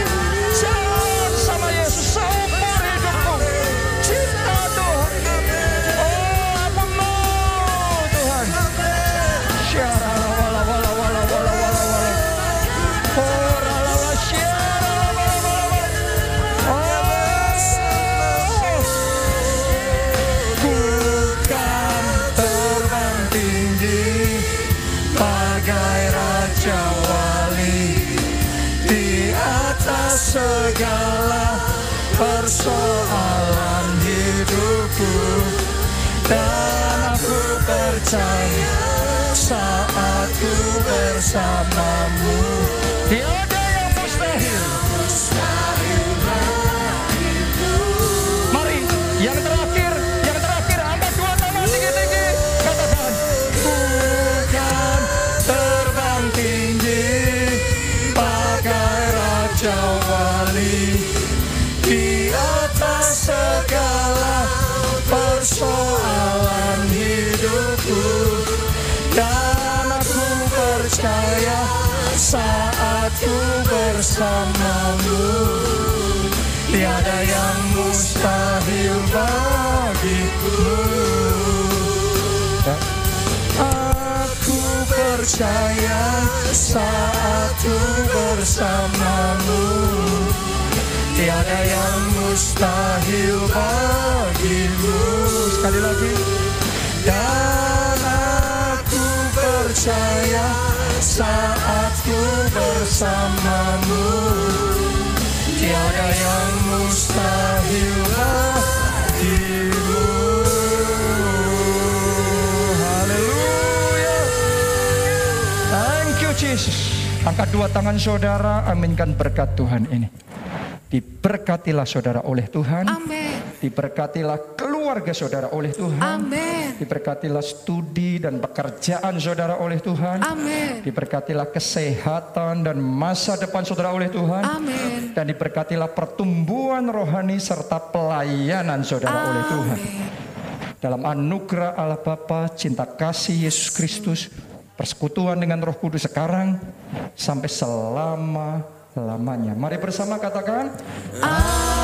Jalan sama Yesus seumur hidupku. Cinta Tuhan. Oh, aku mau Tuhan. Syara wala wala wala wala wala wala. Oh, rala syara wala wala wala. Oh, bukan terbang tinggi bagai raja wali di atas segala persoalan hidupku, dan aku percaya saat ku bersamamu tiada yang mustahil. Mari yang terakhir angkat dua tangan tinggi-tinggi, katakan bukan terbang tinggi bagai raja wali di atas segala persoalan hidupku, dan aku percaya saat ku bersamamu tiada yang mustahil bagiku. Aku percaya saat ku bersamamu tiada yang mustahil bagimu. Sekali lagi. Dan aku percaya saat ku bersamamu tiada yang mustahil bagimu. Haleluya. Thank you Jesus. Angkat dua tangan saudara, aminkan berkat Tuhan ini. Diberkatilah saudara oleh Tuhan. Amin. Diberkatilah keluarga saudara oleh Tuhan. Amin. Diberkatilah studi dan pekerjaan saudara oleh Tuhan. Amin. Diberkatilah kesehatan dan masa depan saudara oleh Tuhan. Amin. Dan diberkatilah pertumbuhan rohani serta pelayanan saudara oleh Tuhan. Dalam anugerah Allah Bapa, cinta kasih Yesus Kristus, persekutuan dengan Roh Kudus sekarang sampai selama-lamanya. Mari bersama katakan. Amin.